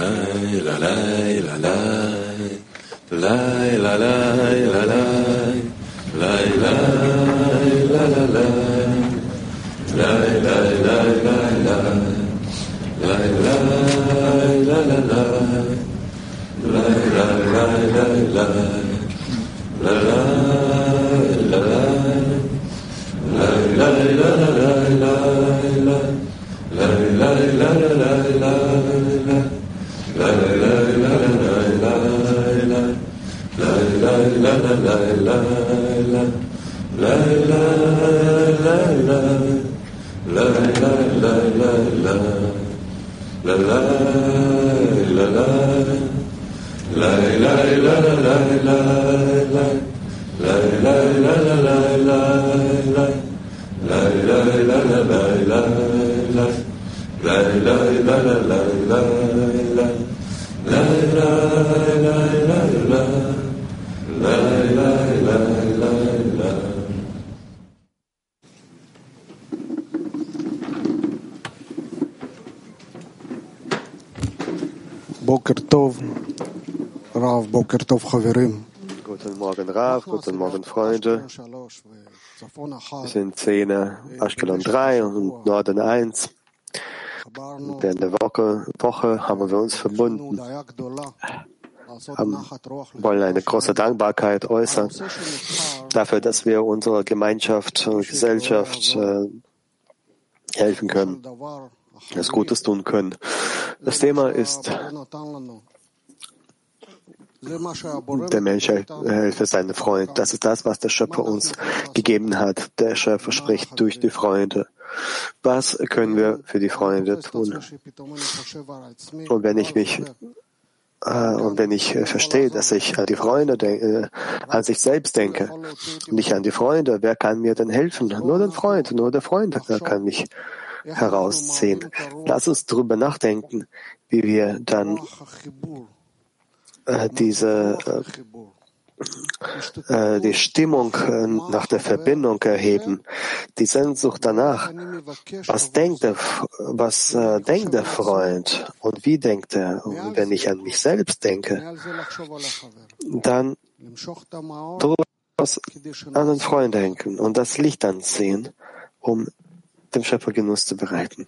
Boker Tov, Rav, Boker Tov, Chaverim. Guten Morgen, Rav, guten Morgen, Freunde. Wir sind 10, Ashkelon 3 und Norden 1. Während der Woche haben wir uns verbunden, wollen eine große Dankbarkeit äußern dafür, dass wir unserer Gemeinschaft und Gesellschaft helfen können, das Gutes tun können. Das Thema ist, der Mensch helfe seinen Freund. Das ist das, was der Schöpfer uns gegeben hat. Der Schöpfer spricht durch die Freunde. Was können wir für die Freunde tun? Und wenn ich verstehe, dass ich an die Freunde an sich selbst denke, nicht an die Freunde, wer kann mir denn helfen? Nur der Freund kann mich herausziehen. Lass uns darüber nachdenken, wie wir dann die Stimmung nach der Verbindung erheben, die Sehnsucht danach. Was denkt der Freund und wie denkt er? Und wenn ich an mich selbst denke, dann an den Freund denken und das Licht anziehen, um dem Schöpfer Genuss zu bereiten.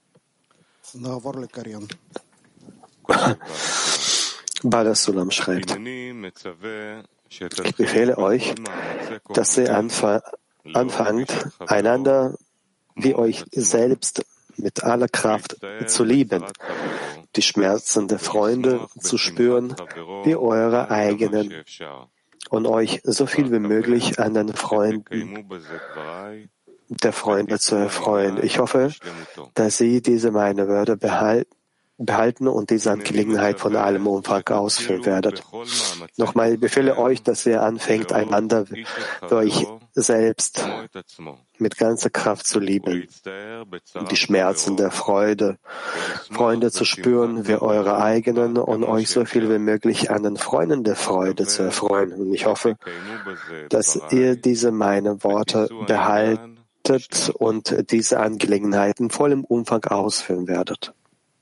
Bala Sulam schreibt: Ich befehle euch, dass ihr anfangt, einander wie euch selbst mit aller Kraft zu lieben, die Schmerzen der Freunde zu spüren wie eure eigenen und euch so viel wie möglich an den Freunden der Freunde zu erfreuen. Ich hoffe, dass Sie diese meine Wörter behalten und diese Angelegenheit von allem Umfang ausführen werdet. Nochmal, ich befehle euch, dass ihr anfängt, einander wie euch selbst mit ganzer Kraft zu lieben, die Schmerzen der Freunde zu spüren wie eure eigenen und euch so viel wie möglich an den Freunden der Freude zu erfreuen. Und ich hoffe, dass ihr diese meine Worte behaltet und diese Angelegenheiten voll im Umfang ausführen werdet.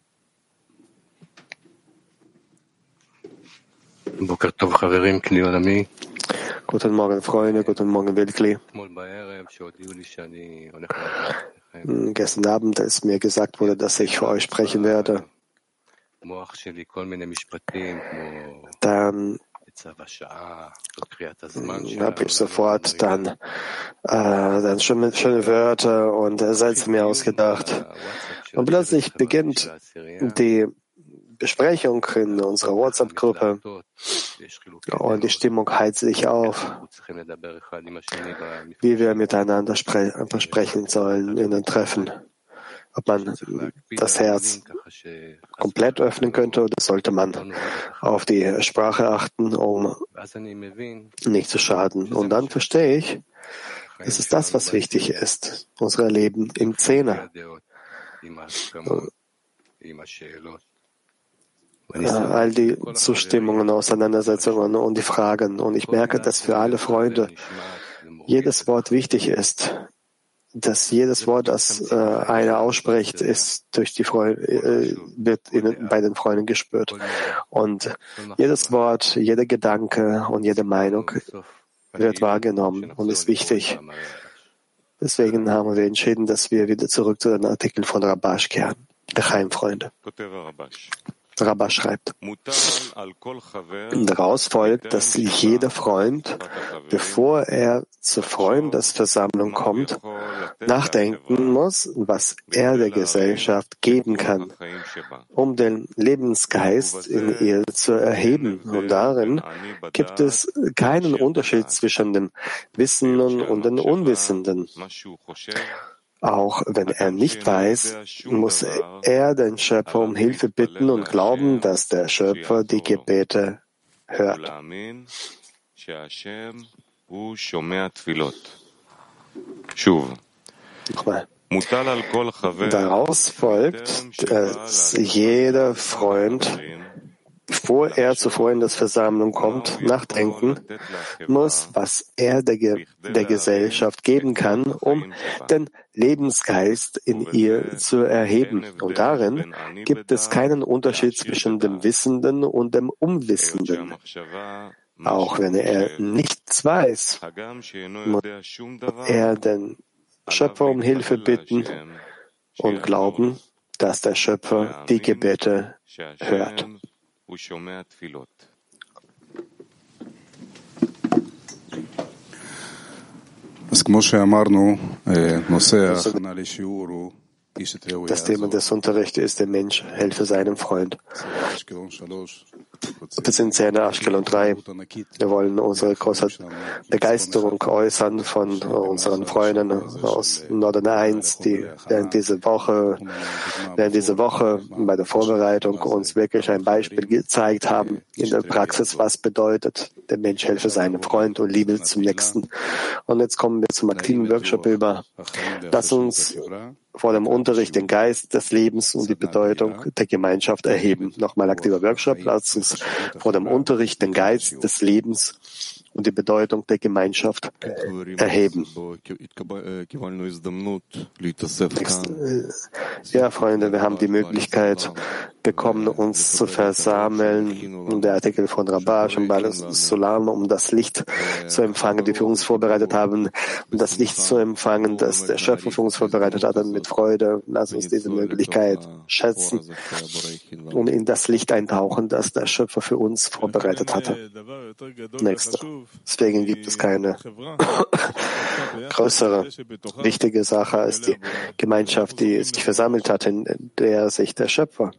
Guten Morgen, Freunde, guten Morgen, Weltkli. Gestern Abend, als mir gesagt wurde, dass ich für euch sprechen werde, dann habe ich sofort dann schöne Wörter und Sätze mir ausgedacht. Und plötzlich beginnt die Besprechung in unserer WhatsApp-Gruppe und die Stimmung heizt sich auf, wie wir miteinander sprechen sollen in den Treffen. Ob man das Herz komplett öffnen könnte oder sollte man auf die Sprache achten, um nicht zu schaden. Und dann verstehe ich, es ist das, was wichtig ist, unser Leben im Zehner. All die Zustimmungen, Auseinandersetzungen und die Fragen. Und ich merke, dass für alle Freunde jedes Wort wichtig ist, dass jedes Wort, das einer ausspricht, ist durch die wird bei den Freunden gespürt. Und jedes Wort, jeder Gedanke und jede Meinung wird wahrgenommen und ist wichtig. Deswegen haben wir entschieden, dass wir wieder zurück zu den Artikeln von Rabash kehren. Freunde. Rabash schreibt, daraus folgt, dass jeder Freund, bevor er zur Freundesversammlung kommt, nachdenken muss, was er der Gesellschaft geben kann, um den Lebensgeist in ihr zu erheben. Und darin gibt es keinen Unterschied zwischen dem Wissenden und dem Unwissenden. Auch wenn er nicht weiß, muss er den Schöpfer um Hilfe bitten und glauben, dass der Schöpfer die Gebete hört. Nochmal. Daraus folgt, dass jeder Freund, bevor er zur Freundesversammlung kommt, nachdenken muss, was er der Gesellschaft geben kann, um den Lebensgeist in ihr zu erheben. Und darin gibt es keinen Unterschied zwischen dem Wissenden und dem Unwissenden. Auch wenn er nichts weiß, muss er den Schöpfer um Hilfe bitten und glauben, dass der Schöpfer die Gebete hört. Das Thema des Unterrichts ist, der Mensch helfe seinem Freund. Wir sind Szene Ashkelon 3. Wir wollen unsere große Begeisterung äußern von unseren Freunden aus Norden 1, die während dieser Woche bei der Vorbereitung uns wirklich ein Beispiel gezeigt haben in der Praxis, was bedeutet, der Mensch helfe seinem Freund und Liebe zum Nächsten. Und jetzt kommen wir zum aktiven Workshop über. Lass uns vor dem Unterricht den Geist des Lebens und die Bedeutung der Gemeinschaft erheben. Nochmal aktiver Workshop. Lass uns vor dem Unterricht den Geist des Lebens und die Bedeutung der Gemeinschaft erheben. Ja, Freunde, wir haben die Möglichkeit bekommen, uns zu versammeln. Der Artikel von Rabash und Baal Sulam, um das Licht zu empfangen, die für uns vorbereitet haben, um das Licht zu empfangen, das der Schöpfer für uns vorbereitet hat, und mit Freude. Lass uns diese Möglichkeit schätzen und in das Licht eintauchen, das der Schöpfer für uns vorbereitet hatte. Nächste. Deswegen gibt es keine größere, wichtige Sache als die Gemeinschaft, die sich versammelt hat, in der sich der Schöpfer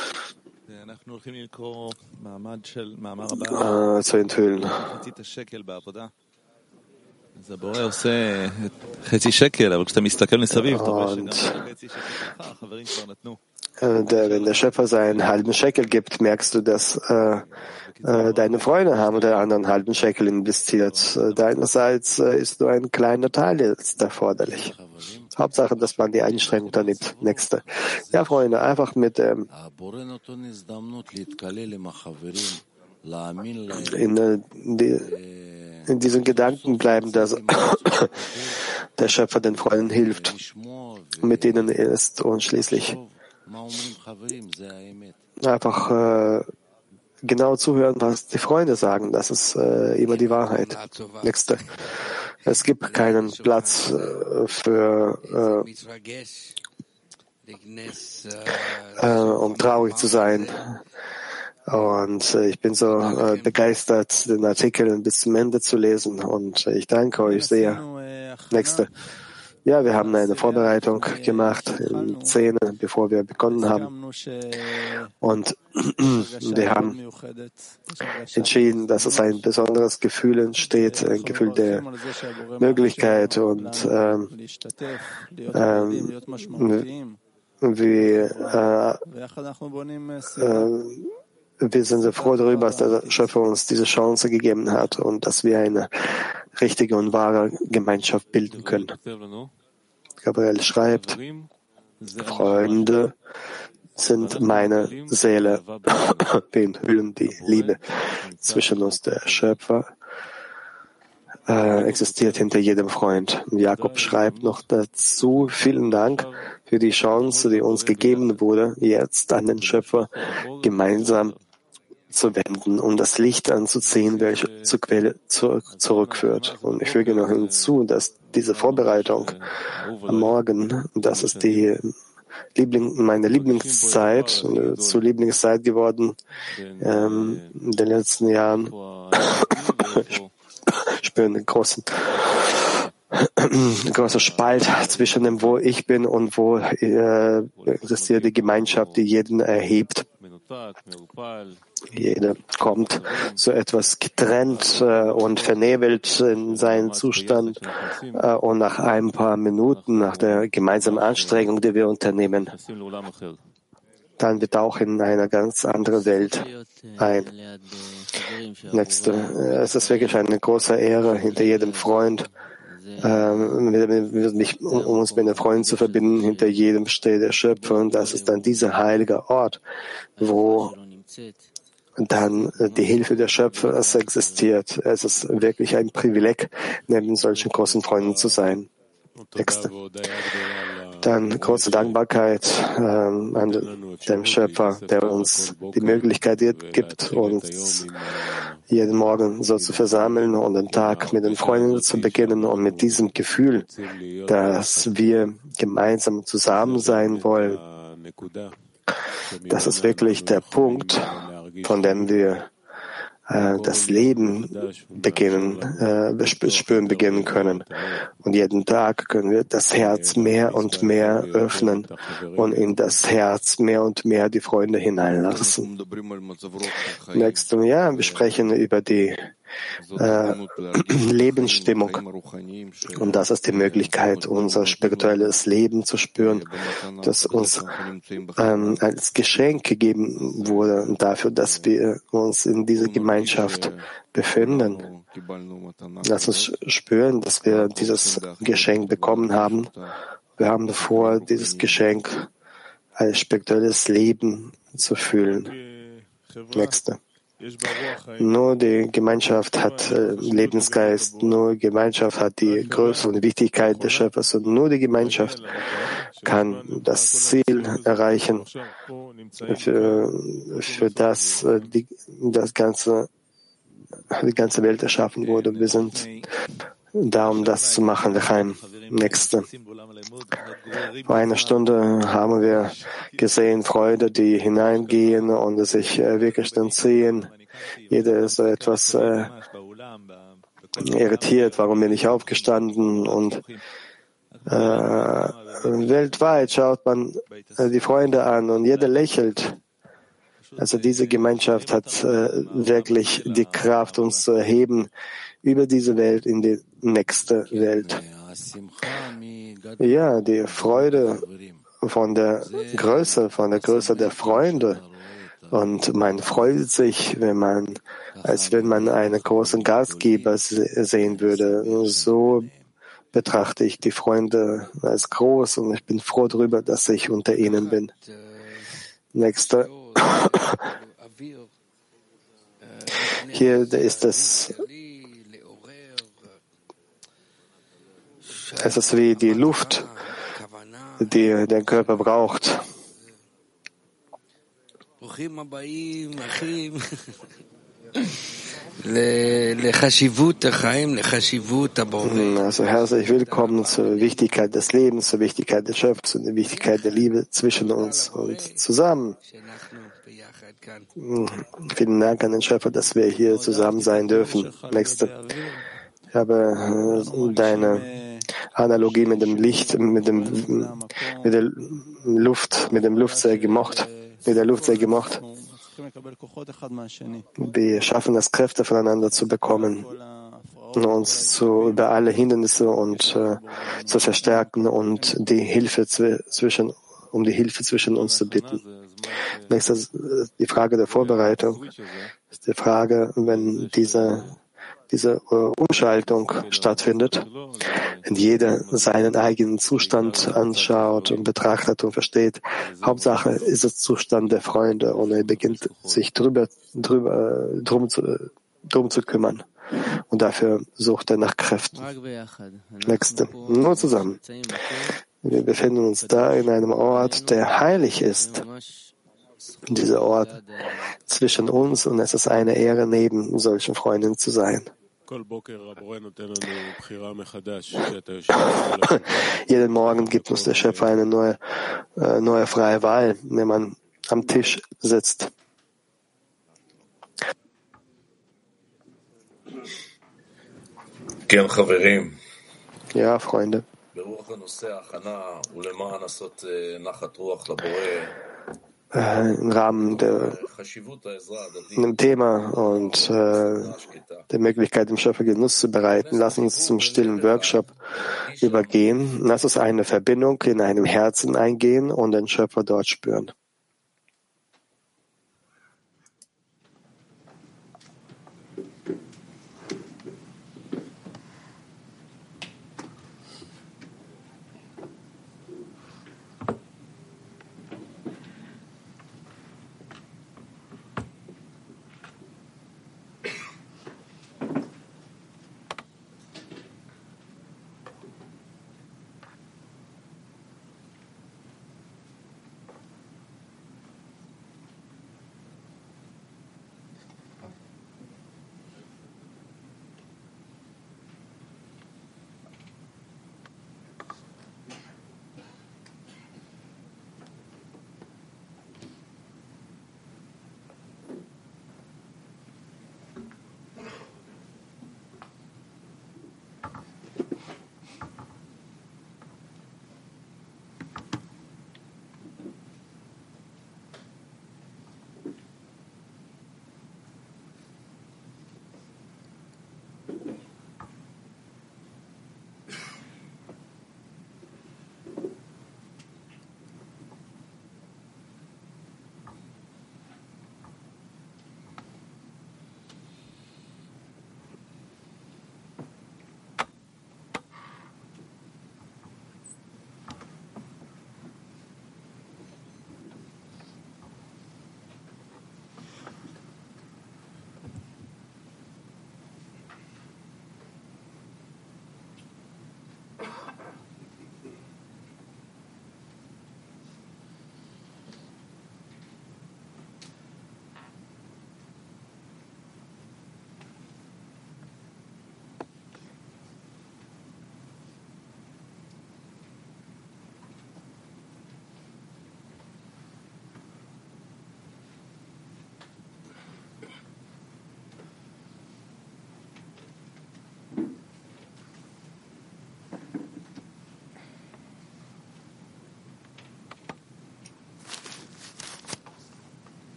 zu enthüllen. Und wenn der Schöpfer seinen halben Shekel gibt, merkst du, dass deine Freunde haben den anderen halben Shekel investiert. Deinerseits ist nur ein kleiner Teil jetzt erforderlich. Hauptsache, dass man die Einschränkung da nimmt. Nächste. Ja, Freunde, einfach mit in diesen Gedanken bleiben, dass der Schöpfer den Freunden hilft, mit denen er ist, und schließlich einfach genau zuhören, was die Freunde sagen. Das ist immer die Wahrheit. Nächste. Es gibt keinen Platz um traurig zu sein. Und ich bin so begeistert, den Artikel bis zum Ende zu lesen. Und ich danke euch sehr. Nächste. Ja, wir haben eine Vorbereitung gemacht in 10, bevor wir begonnen haben. Und wir haben entschieden, dass es ein besonderes Gefühl entsteht, ein Gefühl der Möglichkeit. Und wir sind sehr froh darüber, dass der Schöpfer uns diese Chance gegeben hat und dass wir eine richtige und wahre Gemeinschaft bilden können. Gabriel schreibt, Freunde sind meine Seele. Wir enthüllen die Liebe zwischen uns, der Schöpfer, existiert hinter jedem Freund. Jakob schreibt noch dazu: Vielen Dank für die Chance, die uns gegeben wurde, jetzt an den Schöpfer gemeinsam zu wenden und das Licht anzuziehen, welches zur Quelle zurückführt. Und ich füge noch hinzu, dass diese Vorbereitung am Morgen, das ist meine Lieblingszeit, zur Lieblingszeit geworden in den letzten Jahren. Ich spüre einen großen Spalt zwischen dem, wo ich bin und wo existiert die Gemeinschaft, die jeden erhebt. Jeder kommt so etwas getrennt und vernebelt in seinen Zustand und nach ein paar Minuten, nach der gemeinsamen Anstrengung, die wir unternehmen, dann wir tauchen in eine ganz andere Welt ein. Es ist wirklich eine große Ehre, hinter jedem Freund, um uns mit den Freunden zu verbinden, hinter jedem steht der Schöpfer, und das ist dann dieser heilige Ort, wo dann die Hilfe der Schöpfer existiert. Es ist wirklich ein Privileg, neben solchen großen Freunden zu sein. Texte. Dann große Dankbarkeit an dem Schöpfer, der uns die Möglichkeit gibt, uns jeden Morgen so zu versammeln und den Tag mit den Freunden zu beginnen, und mit diesem Gefühl, dass wir gemeinsam zusammen sein wollen. Das ist wirklich der Punkt, von dem wir das Leben spüren beginnen können. Und jeden Tag können wir das Herz mehr und mehr öffnen und in das Herz mehr und mehr die Freunde hineinlassen. Nächstes Jahr, wir sprechen über die Lebensstimmung. Und das ist die Möglichkeit, unser spirituelles Leben zu spüren, das uns als Geschenk gegeben wurde, dafür, dass wir uns in dieser Gemeinschaft befinden. Lass uns spüren, dass wir dieses Geschenk bekommen haben. Wir haben davor, dieses Geschenk als spirituelles Leben zu fühlen. Nächste. Nur die Gemeinschaft hat Lebensgeist, nur die Gemeinschaft hat die Größe und die Wichtigkeit des Schöpfers, und nur die Gemeinschaft kann das Ziel erreichen, für das die ganze Welt erschaffen wurde. Wir sind da, um das zu machen. L'chaim. Nächste. Vor einer Stunde haben wir gesehen, Freude, die hineingehen und sich wirklich dann sehen. Jeder ist so etwas irritiert, warum bin ich aufgestanden? Und weltweit schaut man die Freunde an und jeder lächelt. Also diese Gemeinschaft hat wirklich die Kraft, uns zu erheben über diese Welt in die nächste Welt. Ja, die Freude von der Größe der Freunde. Und man freut sich, als wenn man einen großen Gastgeber sehen würde. So betrachte ich die Freunde als groß, und ich bin froh darüber, dass ich unter ihnen bin. Nächster. Hier ist es ist wie die Luft, die der Körper braucht. Also herzlich willkommen zur Wichtigkeit des Lebens, zur Wichtigkeit des Schöpfers und der Wichtigkeit der Liebe zwischen uns und zusammen. Vielen Dank an den Schöpfer, dass wir hier zusammen sein dürfen. Nächste. Ich habe deine Analogie mit dem Licht, mit der Luft sehr gemocht. Wir schaffen es, Kräfte voneinander zu bekommen, uns über alle Hindernisse und zu verstärken und um die Hilfe zwischen uns zu bitten. Nächstes, die Frage der Vorbereitung ist die Frage, wenn diese Umschaltung stattfindet, wenn jeder seinen eigenen Zustand anschaut und betrachtet und versteht, Hauptsache ist der Zustand der Freunde, und er beginnt sich drum zu kümmern. und dafür sucht er nach Kräften. Nächste. Nur zusammen. Wir befinden uns da in einem Ort, der heilig ist. Dieser Ort zwischen uns, und es ist eine Ehre, neben solchen Freunden zu sein. Jeden Morgen gibt uns der Schöpfer eine neue freie Wahl, wenn man am Tisch sitzt. Ja, Freunde. Im Rahmen dem Thema und der Möglichkeit, dem Schöpfer Genuss zu bereiten, lass uns zum stillen Workshop übergehen. Lass uns eine Verbindung in einem Herzen eingehen und den Schöpfer dort spüren.